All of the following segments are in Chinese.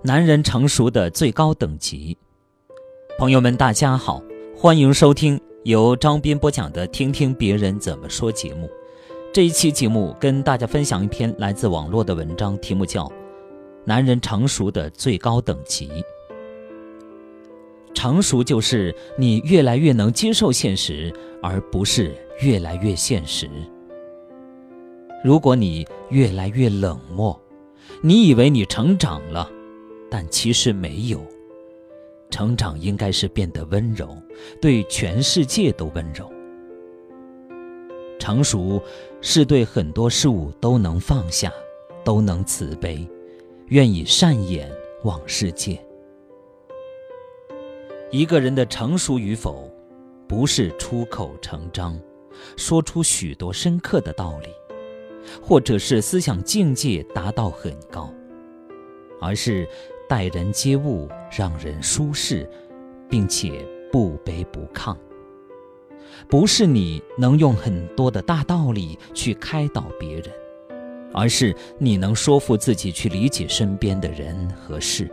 男人成熟的最高等级。朋友们大家好，欢迎收听由张斌播讲的听听别人怎么说节目。这一期节目跟大家分享一篇来自网络的文章，题目叫男人成熟的最高等级。成熟就是你越来越能接受现实，而不是越来越现实。如果你越来越冷漠，你以为你成长了，但其实没有。成长应该是变得温柔，对全世界都温柔。成熟是对很多事物都能放下，都能慈悲，愿以善眼望世界。一个人的成熟与否，不是出口成章，说出许多深刻的道理，或者是思想境界达到很高，而是待人接物让人舒适，并且不卑不亢。不是你能用很多的大道理去开导别人，而是你能说服自己去理解身边的人和事。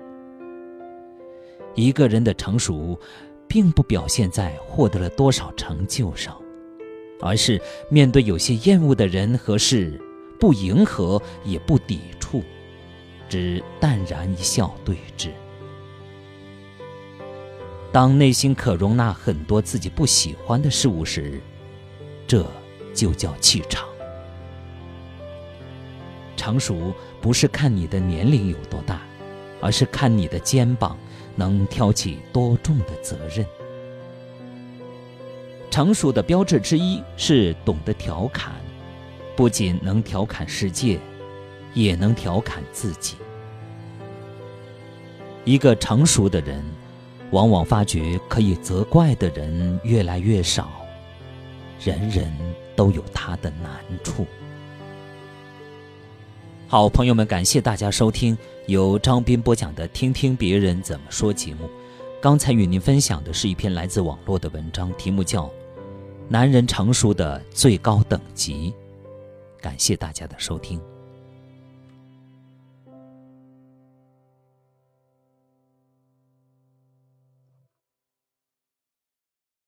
一个人的成熟并不表现在获得了多少成就上，而是面对有些厌恶的人和事，不迎合也不抵触，只淡然一笑对之。当内心可容纳很多自己不喜欢的事物时，这就叫气场。成熟不是看你的年龄有多大，而是看你的肩膀能挑起多重的责任。成熟的标志之一是懂得调侃，不仅能调侃世界，也能调侃自己。一个成熟的人，往往发觉可以责怪的人越来越少，人人都有他的难处。好，朋友们，感谢大家收听由张斌播讲的听听别人怎么说节目。刚才与您分享的是一篇来自网络的文章，题目叫男人成熟的最高等级。感谢大家的收听。